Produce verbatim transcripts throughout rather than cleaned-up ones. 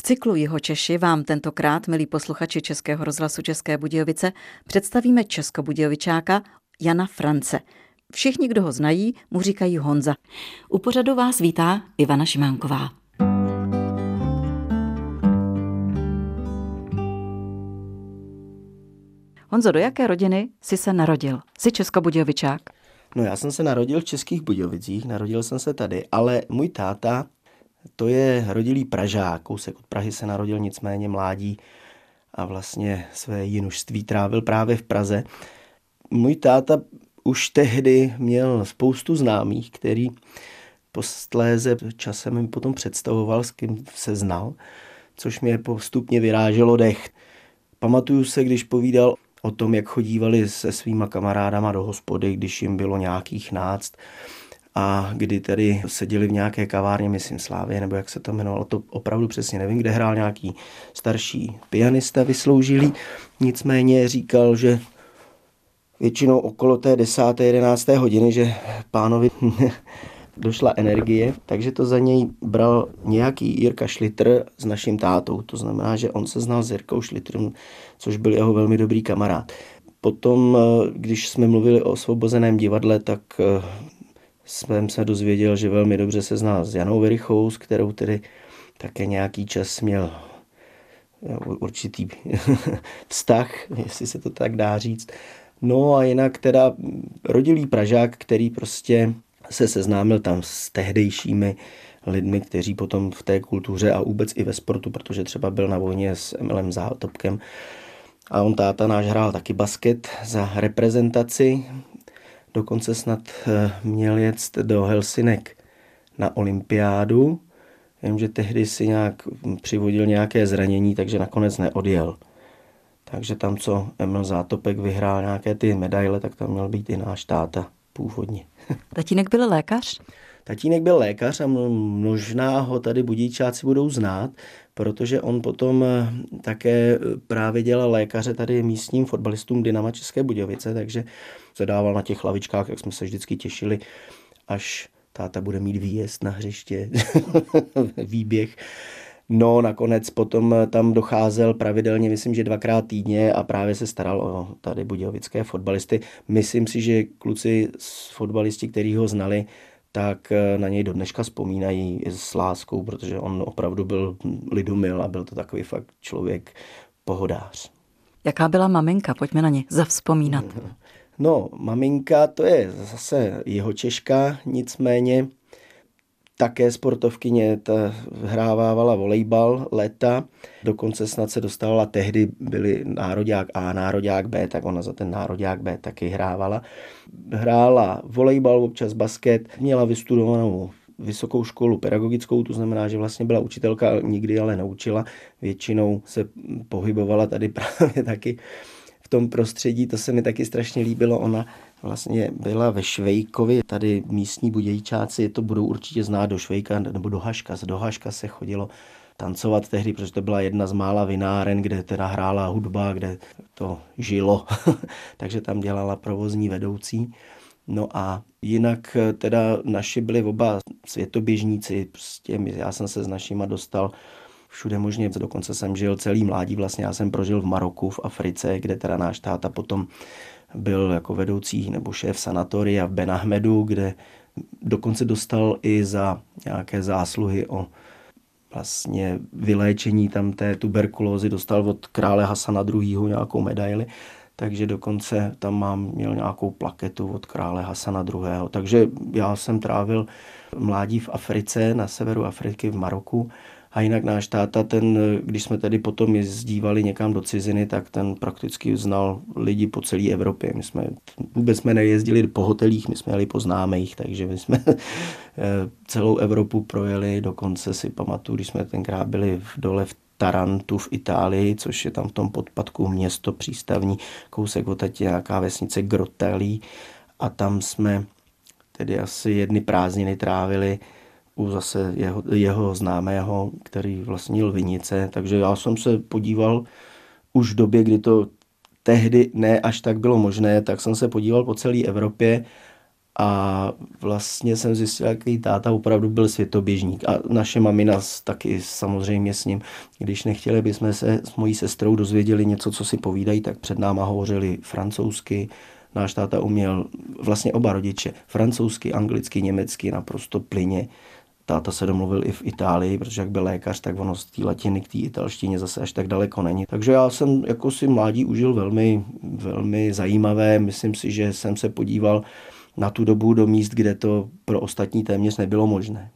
cyklu Jihočeši vám tentokrát, milí posluchači Českého rozhlasu České Budějovice, představíme Českobudějovičáka Jana France. Všichni, kdo ho znají, mu říkají Honza. U pořadu vás vítá Ivana Šimánková. Honzo, do jaké rodiny jsi se narodil? Jsi Českobudějovičák? No, já jsem se narodil v Českých Budějovicích, narodil jsem se tady, ale můj táta, to je rodilý Pražák, kousek od Prahy se narodil, nicméně mládí a vlastně své jinušství trávil právě v Praze. Můj táta už tehdy měl spoustu známých, který posléze časem mi potom představoval, s kým se znal, což mě postupně vyráželo dech. Pamatuju se, když povídal o tom, jak chodívali se svýma kamarádama do hospody, když jim bylo nějakých náct a kdy tedy seděli v nějaké kavárně, myslím Slávě, nebo jak se to jmenovalo, to opravdu přesně nevím, kde hrál nějaký starší pianista vysloužilý. Nicméně říkal, že většinou okolo té desáté, jedenácté hodiny, že pánovi došla energie, takže to za něj bral nějaký Jirka Šlitr s naším tátou. To znamená, že on se znal s Jirkou Šlitrem, což byl jeho velmi dobrý kamarád. Potom, když jsme mluvili o Osvobozeném divadle, tak jsem se dozvěděl, že velmi dobře se zná s Janou Verichou, s kterou tedy také nějaký čas měl určitý vztah, jestli se to tak dá říct. No a jinak teda rodilý Pražák, který prostě se seznámil tam s tehdejšími lidmi, kteří potom v té kultuře a vůbec i ve sportu, protože třeba byl na vojně s Emilem Zátopkem. A on táta náš hrál taky basket za reprezentaci. Dokonce snad měl jet do Helsinek na olympiádu. Vím, že tehdy si nějak přivodil nějaké zranění, takže nakonec neodjel. Takže tam, co Emil Zátopek vyhrál nějaké ty medaile, tak tam měl být i náš táta původně. Tatínek byl lékař? Tatínek byl lékař a možná ho tady Budějčáci budou znát, protože on potom také právě dělal lékaře tady místním fotbalistům Dynama České Budějovice, takže se dával na těch lavičkách, jak jsme se vždycky těšili, až táta bude mít výjezd na hřiště, výběh. No, nakonec potom tam docházel pravidelně, myslím, že dvakrát týdně a právě se staral o tady budějovické fotbalisty. Myslím si, že kluci z fotbalisti, kteří ho znali, tak na něj do dneška vzpomínají s láskou, protože on opravdu byl lidumil a byl to takový fakt člověk pohodář. Jaká byla maminka? Pojďme na ně zavzpomínat. No, maminka to je zase Jihočeška, nicméně také sportovkyně, ta hrávávala volejbal léta, dokonce snad se dostávala, tehdy byli nároďák A, nároďák B, tak ona za ten nároďák B taky hrávala. Hrála volejbal, občas basket, měla vystudovanou vysokou školu pedagogickou, to znamená, že vlastně byla učitelka, nikdy ale neučila, většinou se pohybovala tady právě taky v tom prostředí, to se mi taky strašně líbilo, ona vlastně byla ve Švejkově, tady místní Budějčáci to budou určitě znát, do Švejka nebo do Haška. Z do Haška se chodilo tancovat tehdy, protože to byla jedna z mála vináren, kde teda hrála hudba, kde to žilo, takže tam dělala provozní vedoucí. No a jinak teda naši byli oba světoběžníci, prostě já jsem se s našima dostal všude možně, dokonce jsem žil celý mládí, vlastně já jsem prožil v Maroku, v Africe, kde teda náš táta potom byl jako vedoucí nebo šéf sanatoria v Ben Ahmedu, kde dokonce dostal i za nějaké zásluhy o vlastně vyléčení tam té tuberkulózy, dostal od krále Hasana druhého. nějakou medaili, takže dokonce tam mám, měl nějakou plaketu od krále Hasana druhého. Takže já jsem trávil mládí v Africe, na severu Afriky v Maroku. A jinak náš táta, ten, když jsme tady potom jezdívali někam do ciziny, tak ten prakticky znal lidi po celé Evropě. My jsme vůbec jsme nejezdili po hotelích, my jsme jeli po známých, takže my jsme celou Evropu projeli, dokonce si pamatuju, když jsme tenkrát byli v dole v Tarantu v Itálii, což je tam v tom podpadku město přístavní, kousek odtať nějaká vesnice Grotelí a tam jsme tedy asi jedny prázdniny trávili u zase jeho, jeho známého, který vlastnil vinice, takže já jsem se podíval už v době, kdy to tehdy ne až tak bylo možné, tak jsem se podíval po celé Evropě A vlastně jsem zjistil, jaký táta opravdu byl světoběžník. A naše mamina taky samozřejmě s ním. Když nechtěli, bychom se s mojí sestrou dozvěděli něco, co si povídají, tak před náma hovořili francouzsky. Náš táta uměl vlastně oba rodiče. Francouzsky, anglicky, německy naprosto plyně. Táta se domluvil i v Itálii, protože jak byl lékař, tak ono z té latiny k té italštině zase až tak daleko není. Takže já jsem jako si mládí užil velmi, velmi zajímavé. Myslím si, že jsem se podíval na tu dobu do míst, kde to pro ostatní téměř nebylo možné.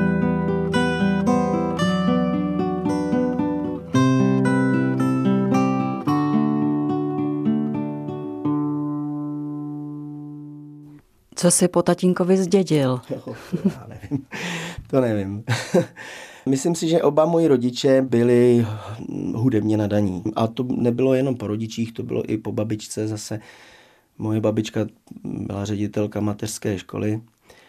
Co jsi po tatínkovi zdědil? Jo, to já nevím. To nevím. Myslím si, že oba moji rodiče byli hudebně nadaní. A to nebylo jenom po rodičích, to bylo i po babičce zase. Moje babička byla ředitelka mateřské školy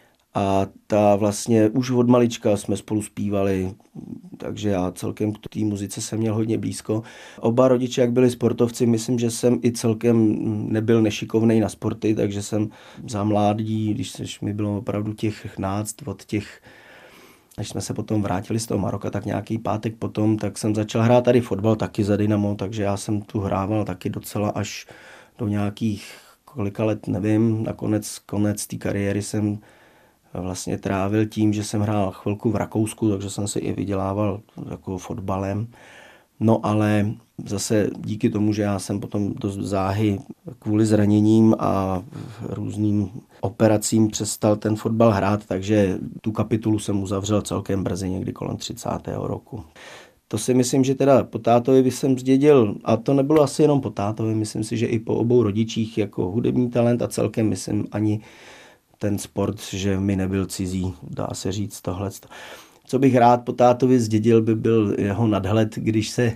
a ta vlastně už od malička jsme spolu zpívali, takže já celkem k té muzice jsem měl hodně blízko. Oba rodiče, jak byli sportovci, myslím, že jsem i celkem nebyl nešikovnej na sporty, takže jsem za mládí, když mi bylo opravdu těch náct od těch, až jsme se potom vrátili z toho Maroka, tak nějaký pátek potom, tak jsem začal hrát tady fotbal taky za Dynamo, takže já jsem tu hrával taky docela až do nějakých kolika let, nevím, nakonec konec té kariéry jsem vlastně trávil tím, že jsem hrál chvilku v Rakousku, takže jsem si i vydělával jako fotbalem. No ale zase díky tomu, že já jsem potom dost záhy kvůli zraněním a různým operacím přestal ten fotbal hrát, takže tu kapitulu jsem uzavřel celkem brzy, někdy kolem třicátého roku. To si myslím, že teda po tátovi bych jsem zdědil, a to nebylo asi jenom po tátovi, myslím si, že i po obou rodičích jako hudební talent a celkem myslím ani ten sport, že mi nebyl cizí, dá se říct tohle. Co bych rád po tátovi zdědil, by byl jeho nadhled, když se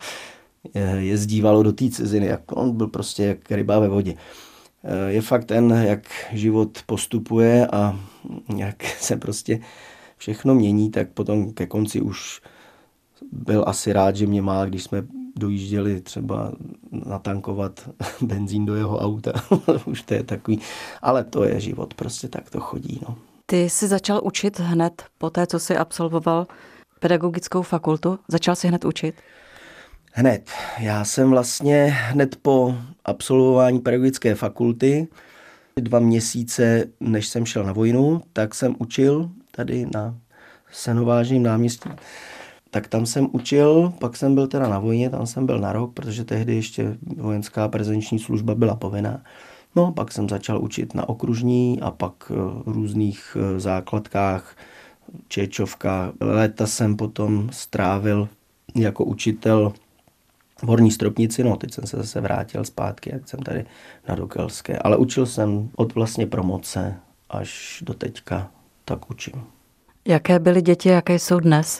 jezdívalo do té ciziny. On byl prostě jak ryba ve vodě. Je fakt ten, jak život postupuje a jak se prostě všechno mění, tak potom ke konci už byl asi rád, že mě má, když jsme dojížděli třeba natankovat benzín do jeho auta. Už to je takový, ale to je život, prostě tak to chodí. No. Ty jsi začal učit hned po té, co jsi absolvoval pedagogickou fakultu? Začal jsi hned učit? Hned. Já jsem vlastně hned po absolvování pedagogické fakulty, dva měsíce, než jsem šel na vojnu, tak jsem učil tady na Senovážním náměstí. Tak tam jsem učil, pak jsem byl teda na vojně, tam jsem byl na rok, protože tehdy ještě vojenská prezenční služba byla povinná. No, pak jsem začal učit na okružní a pak v různých základkách, Čečovka. Léta jsem potom strávil jako učitel v Horní Stropnici, no teď jsem se zase vrátil zpátky, jak jsem tady na Dokelské. Ale učil jsem od vlastně promoce až do teďka, tak učím. Jaké byly děti, jaké jsou dnes?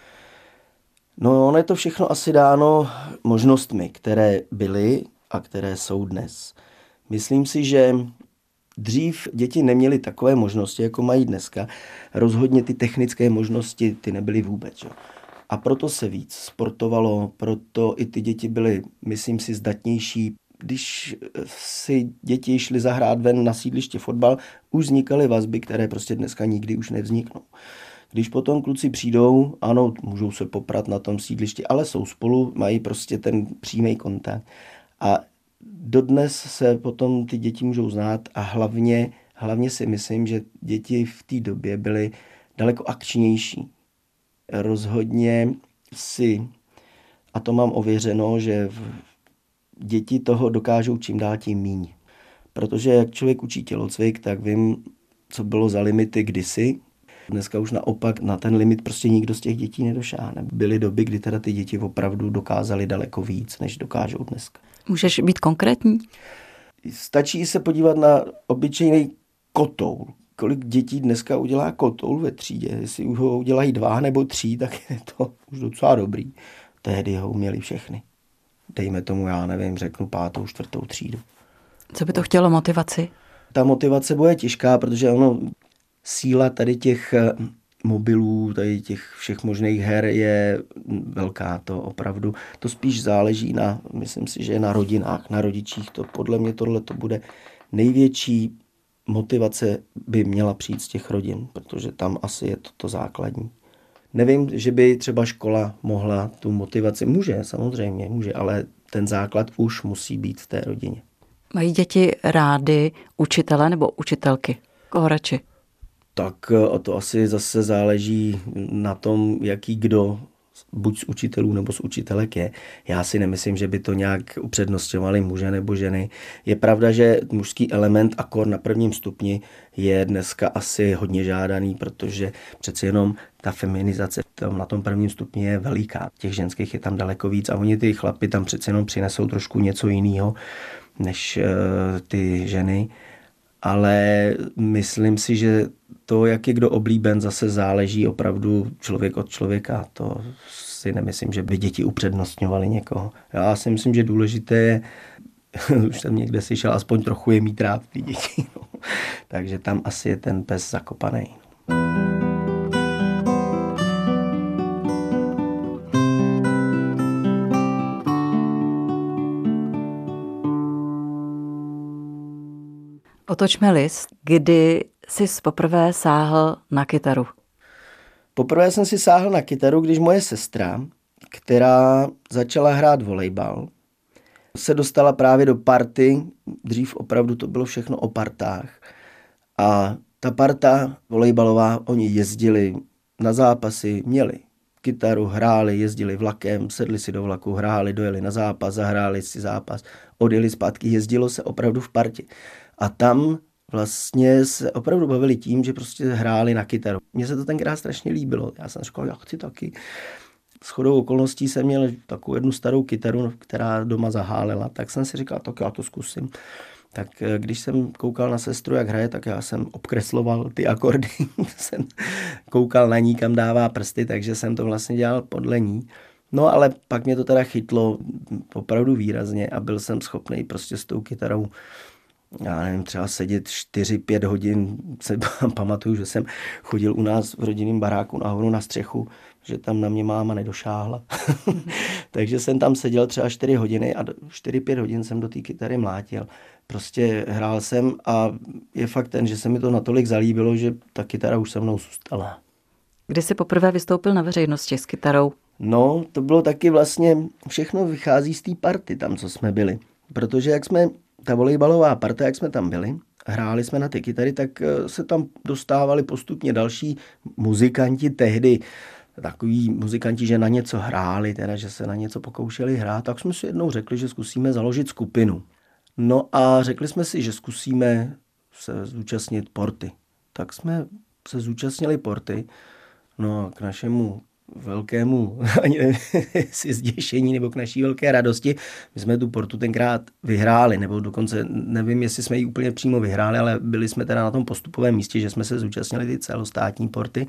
No, ono je to všechno asi dáno možnostmi, které byly a které jsou dnes. Myslím si, že dřív děti neměly takové možnosti, jako mají dneska. Rozhodně ty technické možnosti, ty nebyly vůbec. Jo. A proto se víc sportovalo, proto i ty děti byly, myslím si, zdatnější. Když si děti šly zahrát ven na sídliště fotbal, už vznikaly vazby, které prostě dneska nikdy už nevzniknou. Když potom kluci přijdou, ano, můžou se poprat na tom sídlišti, ale jsou spolu, mají prostě ten přímý kontakt. A dodnes se potom ty děti můžou znát a hlavně, hlavně si myslím, že děti v té době byly daleko akčnější. Rozhodně si, a to mám ověřeno, že děti toho dokážou čím dál tím míň. Protože jak člověk učí tělocvik, tak vím, co bylo za limity kdysi. Dneska už naopak na ten limit prostě nikdo z těch dětí nedošáhne. Byly doby, kdy teda ty děti opravdu dokázaly daleko víc, než dokážou dneska. Můžeš být konkrétní? Stačí se podívat na obyčejný kotoul. Kolik dětí dneska udělá kotoul ve třídě? Jestli už ho udělají dva nebo tři, tak je to už docela dobrý. Tehdy ho uměli všechny. Dejme tomu, já nevím, řeknu pátou, čtvrtou třídu. Co by to chtělo motivaci? Ta motivace bude těžká, protože ono, síla tady těch mobilů, tady těch všech možných her je velká, to opravdu. To spíš záleží na, myslím si, že na rodinách, na rodičích. To podle mě tohle to bude největší motivace by měla přijít z těch rodin, protože tam asi je to, to základní. Nevím, že by třeba škola mohla tu motivaci, může, samozřejmě, může, ale ten základ už musí být v té rodině. Mají děti rády učitele nebo učitelky? Koho radši? Tak to asi zase záleží na tom, jaký kdo buď z učitelů nebo z učitelek je. Já si nemyslím, že by to nějak upřednostňovali muže nebo ženy. Je pravda, že mužský element akor na prvním stupni je dneska asi hodně žádaný, protože přeci jenom ta feminizace tam na tom prvním stupni je veliká. Těch ženských je tam daleko víc a oni ty chlapy tam přeci jenom přinesou trošku něco jiného než uh, ty ženy. Ale myslím si, že to, jak je kdo oblíben, zase záleží opravdu člověk od člověka. To si nemyslím, že by děti upřednostňovaly někoho. Já si myslím, že důležité je, už jsem někde slyšel, aspoň trochu je mít rád ty děti. No. Takže tam asi je ten pes zakopaný. Otočme list, kdy jsi poprvé sáhl na kytaru. Poprvé jsem si sáhl na kytaru, když moje sestra, která začala hrát volejbal, se dostala právě do party, dřív opravdu to bylo všechno o partách. A ta parta volejbalová, oni jezdili na zápasy, měli kytaru, hráli, jezdili vlakem, sedli si do vlaku, hráli, dojeli na zápas, zahráli si zápas, odjeli zpátky, jezdilo se opravdu v partě. A tam vlastně se opravdu bavili tím, že prostě hráli na kytaru. Mně se to tenkrát strašně líbilo. Já jsem říkal, já chci taky. Shodou okolností jsem měl takovou jednu starou kytaru, která doma zahálela, tak jsem si říkal, tak já to zkusím. Tak když jsem koukal na sestru, jak hraje, tak já jsem obkresloval ty akordy. jsem koukal na ní, kam dává prsty, takže jsem to vlastně dělal podle ní. No ale pak mě to teda chytlo opravdu výrazně a byl jsem schopný prostě s tou kytarou, já nevím, třeba sedět čtyři pět hodin. Se pamatuju, že jsem chodil u nás v rodinném baráku nahoru na střechu, že tam na mě máma nedošáhla. Takže jsem tam seděl třeba čtyři hodiny a čtyři pět hodin jsem do té kytary mlátil. Prostě hrál jsem a je fakt ten, že se mi to natolik zalíbilo, že ta kytara už se mnou zůstala. Kdy jsi poprvé vystoupil na veřejnosti s kytarou? No, to bylo taky vlastně, všechno vychází z té party tam, co jsme byli. Protože jak jsme, ta volejbalová parta, jak jsme tam byli, hráli jsme na ty kytary, tak se tam dostávali postupně další muzikanti tehdy, takový muzikanti, že na něco hráli, teda, že se na něco pokoušeli hrát, tak jsme si jednou řekli, že zkusíme založit skupinu. No a řekli jsme si, že zkusíme se zúčastnit porty. Tak jsme se zúčastnili porty, no a k našemu velkému, ani nevím, jestli zděšení nebo k naší velké radosti, my jsme tu portu tenkrát vyhráli, nebo dokonce nevím, jestli jsme ji úplně přímo vyhráli, ale byli jsme teda na tom postupovém místě, že jsme se zúčastnili ty celostátní porty.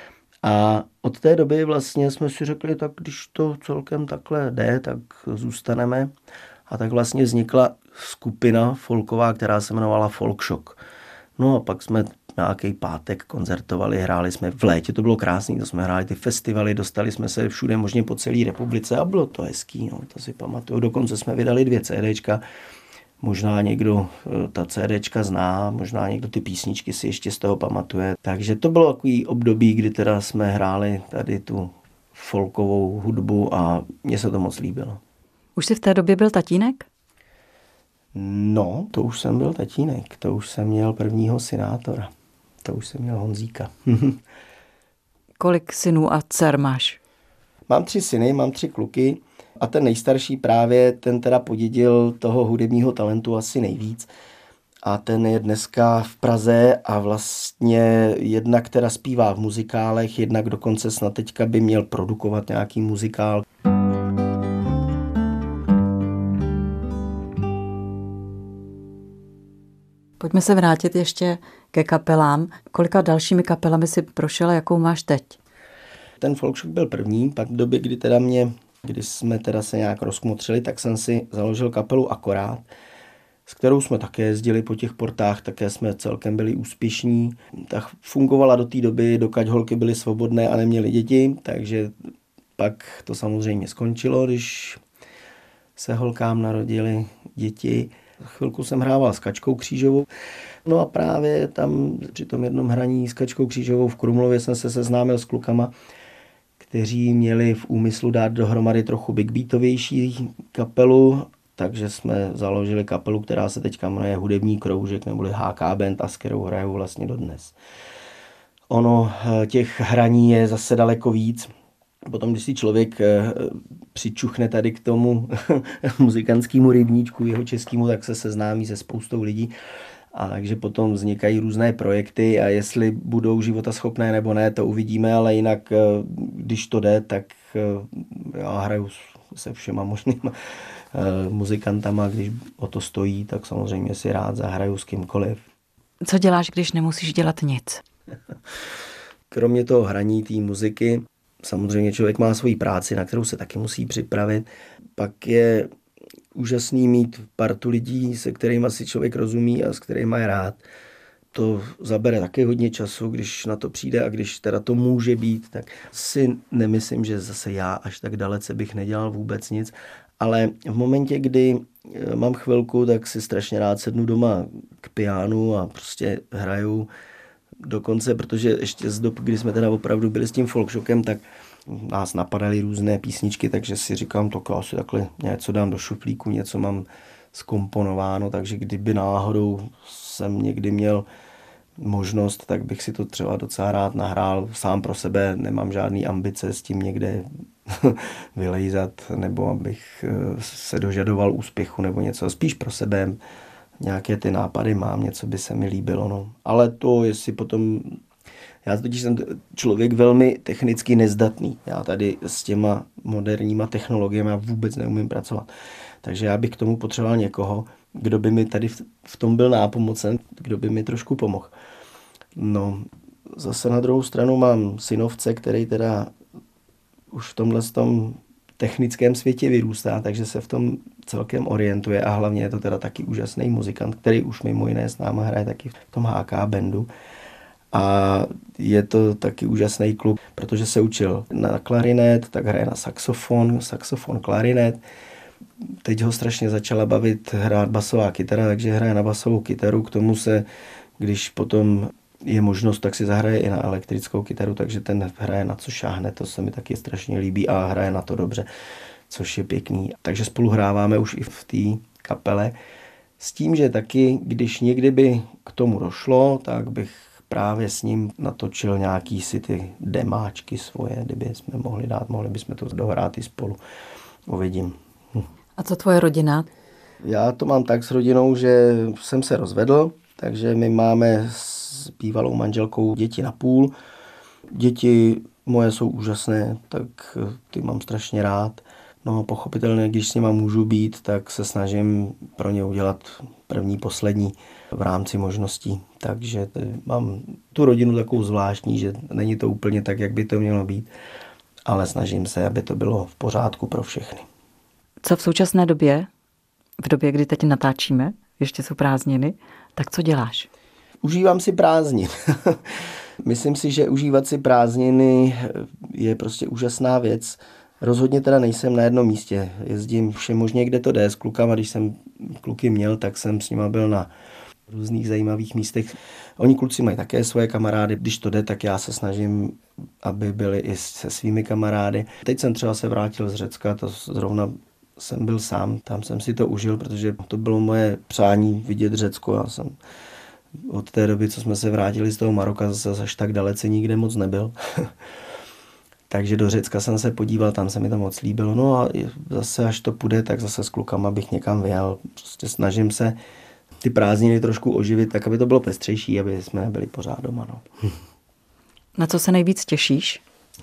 A od té doby vlastně jsme si řekli, tak když to celkem takhle jde, tak zůstaneme. A tak vlastně vznikla skupina folková, která se jmenovala Folk Shock. No a pak jsme nějaký pátek koncertovali, hráli jsme v létě, to bylo krásný, to jsme hráli ty festivaly, dostali jsme se všude možně po celé republice a bylo to hezký, no, to si pamatuju. Dokonce jsme vydali dvě CDčka, možná někdo ta CDčka zná, možná někdo ty písničky si ještě z toho pamatuje. Takže to bylo takový období, kdy teda jsme hráli tady tu folkovou hudbu a mně se to moc líbilo. Už jsi v té době byl tatínek? No, to už jsem byl tatínek, to už jsem měl prvního synátora, to už jsem měl Honzíka. Kolik synů a dcer máš? Mám tři syny, mám tři kluky a ten nejstarší právě, ten teda podědil toho hudebního talentu asi nejvíc. A ten je dneska v Praze a vlastně jednak teda zpívá v muzikálech, jednak dokonce snad teďka by měl produkovat nějaký muzikál. Pojďme se vrátit ještě ke kapelám. Kolika dalšími kapelami si prošel a jakou máš teď? Ten Folk Shock byl první, pak v době, kdy teda mě, kdy jsme teda se nějak rozkmotřili, tak jsem si založil kapelu Akorát, s kterou jsme také jezdili po těch portách, také jsme celkem byli úspěšní. Tak fungovala do té doby, dokud holky byly svobodné a neměly děti, takže pak to samozřejmě skončilo, když se holkám narodily děti. Chvilku jsem hrával s Kačkou Křížovou No a právě tam při tom jednom hraní s Kačkou Křížovou v Krumlově jsem se seznámil s klukama, kteří měli v úmyslu dát dohromady trochu big beatovější kapelu, takže jsme založili kapelu, která se teďka jmenuje Hudební kroužek neboli H K Band a s kterou hrajou vlastně dodnes. Ono těch hraní je zase daleko víc. Potom, když si člověk přičuchne tady k tomu muzikantskému rybníčku jeho českému, tak se seznámí se spoustou lidí. A takže potom vznikají různé projekty a jestli budou životaschopné nebo ne, to uvidíme, ale jinak, když to jde, tak já hraju se všema možnýma muzikantama, když o to stojí, tak samozřejmě si rád zahraju s kýmkoliv. Co děláš, když nemusíš dělat nic? Kromě toho hraní té muziky, samozřejmě člověk má svoji práci, na kterou se taky musí připravit. Pak je úžasný mít partu lidí, se kterými si člověk rozumí a s kterými je rád. To zabere taky hodně času, když na to přijde a když teda to může být, tak si nemyslím, že zase já až tak dalece bych nedělal vůbec nic. Ale v momentě, kdy mám chvilku, tak si strašně rád sednu doma k pianu a prostě hraju. Dokonce, protože ještě z dob, kdy jsme teda opravdu byli s tím folkshockem, tak nás napadaly různé písničky, takže si říkám, to já si takhle něco dám do šuplíku, něco mám zkomponováno, takže kdyby náhodou jsem někdy měl možnost, tak bych si to třeba docela rád nahrál sám pro sebe, nemám žádný ambice s tím někde vylejzat, nebo abych se dožadoval úspěchu nebo něco, spíš pro sebe. Nějaké ty nápady mám, něco by se mi líbilo, no. Ale to, jestli potom... Já totiž jsem člověk velmi technicky nezdatný. Já tady s těma moderníma technologiemi vůbec neumím pracovat. Takže já bych k tomu potřeboval někoho, kdo by mi tady v tom byl nápomocen, kdo by mi trošku pomohl. No, zase na druhou stranu mám synovce, který teda už v tomhle tom technickém světě vyrůstá, takže se v tom celkem orientuje a hlavně je to teda taky úžasný muzikant, který už mimo jiné s náma hraje taky v tom H K bandu. A je to taky úžasný kluk, protože se učil na klarinet, tak hraje na saxofon, saxofon, klarinet. Teď ho strašně začala bavit hrát basová kytara, takže hraje na basovou kytaru, k tomu se, když potom je možnost, tak si zahraje i na elektrickou kytaru, takže ten hraje na co šáhne, to se mi taky strašně líbí a hraje na to dobře, což je pěkný. Takže spolu hráváme už i v té kapele. S tím, že taky, když někdy by k tomu došlo, tak bych právě s ním natočil nějaký si ty demáčky svoje, kdyby jsme mohli dát, mohli bychom to dohrát i spolu. Uvidím. Hm. A co tvoje rodina? Já to mám tak s rodinou, že jsem se rozvedl, takže my máme s bývalou manželkou děti na půl. Děti moje jsou úžasné, tak ty mám strašně rád. No pochopitelně, když s nima můžu být, tak se snažím pro ně udělat první, poslední v rámci možností. Takže mám tu rodinu takovou zvláštní, že není to úplně tak, jak by to mělo být, ale snažím se, aby to bylo v pořádku pro všechny. Co v současné době, v době, kdy teď natáčíme, ještě jsou prázdniny, tak co děláš? Užívám si prázdnin. Myslím si, že užívat si prázdniny je prostě úžasná věc. Rozhodně teda nejsem na jednom místě. Jezdím všemožně, kde to jde s klukama. Když jsem kluky měl, tak jsem s nima byl na různých zajímavých místech. Oni kluci mají také svoje kamarády. Když to jde, tak já se snažím, aby byli i se svými kamarády. Teď jsem třeba se vrátil z Řecka, to zrovna jsem byl sám. Tam jsem si to užil, protože to bylo moje přání vidět Řecko. Já jsem od té doby, co jsme se vrátili z toho Maroka, zase až tak dalece nikde moc nebyl. Takže do Řecka jsem se podíval, tam se mi to moc líbilo. No a zase, až to půjde, tak zase s klukama bych někam vyjel. Prostě snažím se ty prázdniny trošku oživit, tak aby to bylo pestřejší, aby jsme nebyli pořád doma. No. Na co se nejvíc těšíš?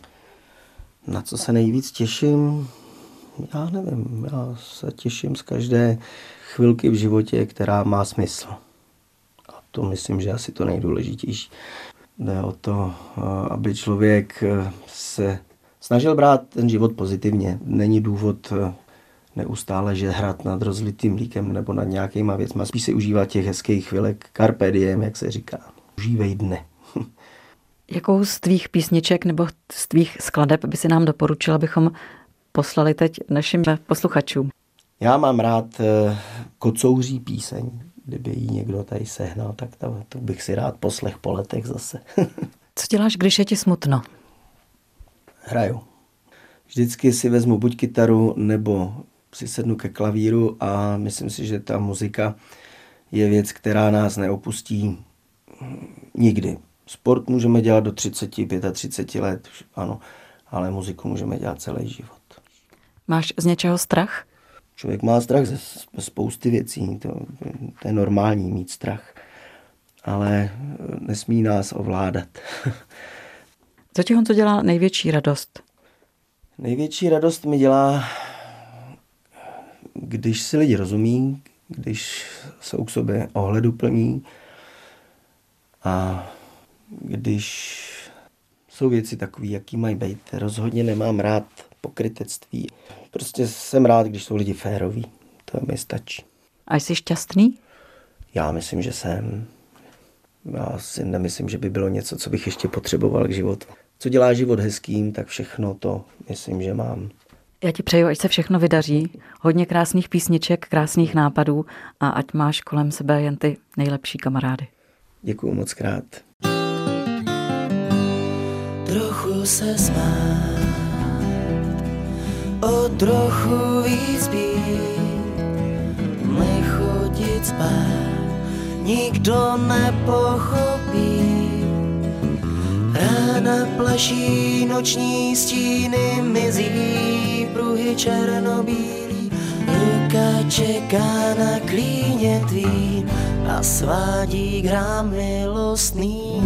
Na co se nejvíc těším? Já nevím. Já se těším z každé chvilky v životě, která má smysl. A to myslím, že asi to nejdůležitější. Jde o to, aby člověk se snažil brát ten život pozitivně. Není důvod neustále žehrat nad rozlitým mlíkem nebo nad nějakýma věcma. Spíš si užívat těch hezkých chvilek. Carpe diem, jak se říká. Užívej dne. Jakou z tvých písniček nebo z tvých skladeb by si nám doporučil, abychom poslali teď našim posluchačům? Já mám rád Kocouří píseň. kdyby ji někdo tady sehnal, tak to, to bych si rád poslech po letech zase. Co děláš, když je ti smutno? Hraju. Vždycky si vezmu buď kytaru, nebo si sednu ke klavíru a myslím si, že ta muzika je věc, která nás neopustí nikdy. Sport můžeme dělat do třicet, třicet pět let, ano, ale muziku můžeme dělat celý život. Máš z něčeho strach? Člověk má strach ze spousty věcí, to, to je normální mít strach, ale nesmí nás ovládat. Co ti, Honzo, dělá největší radost? Největší radost mi dělá, když si lidi rozumí, když jsou k sobě ohleduplní a když jsou věci takové, jaký mají být. Rozhodně nemám rád pokrytectví. Prostě jsem rád, když jsou lidi féroví. To mi stačí. A jsi šťastný? Já myslím, že jsem. Já si nemyslím, že by bylo něco, co bych ještě potřeboval k životu. Co dělá život hezkým, tak všechno to myslím, že mám. Já ti přeju, ať se všechno vydaří. Hodně krásných písniček, krásných nápadů a ať máš kolem sebe jen ty nejlepší kamarády. Děkuju moc krát. Trochu se smát, o trochu víc být, nechodit spát, nikdo nepochopí. Rána plaší, noční stíny mizí, pruhy černobílý, ruka čeká na klíně tvým a svádí k hrám milostný.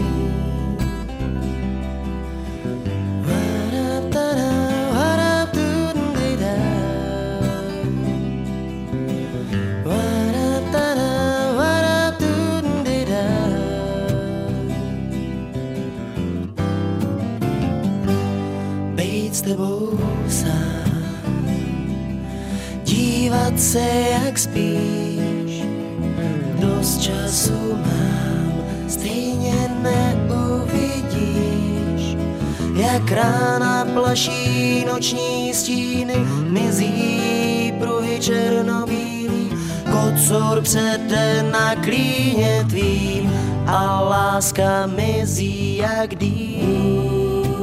S tebou sám, dívat se, jak spíš, dost času mám, stejně neuvidíš, jak rána plaší, noční stíny mizí, pruhy černobílý, kocor přede na klíně tvým a láska mizí jak dým.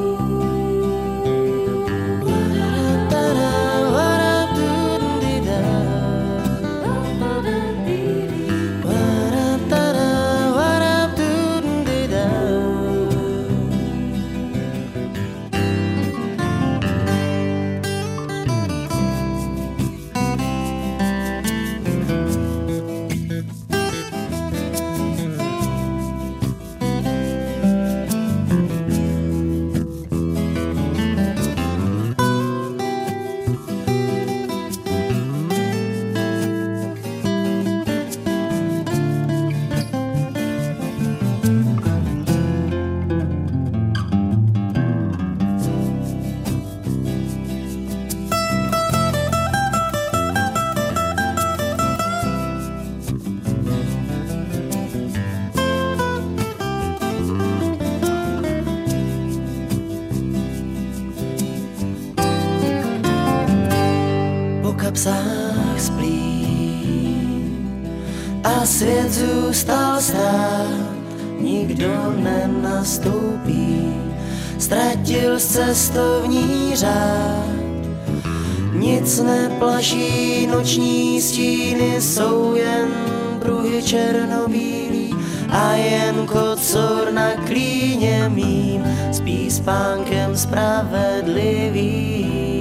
Kapsách splí a svět zůstal stát, nikdo nenastoupí, ztratil cestovní řád, nic neplaší, noční stíny jsou jen pruhy černobílý a jen kocor na klíně mým spí spánkem spravedlivý.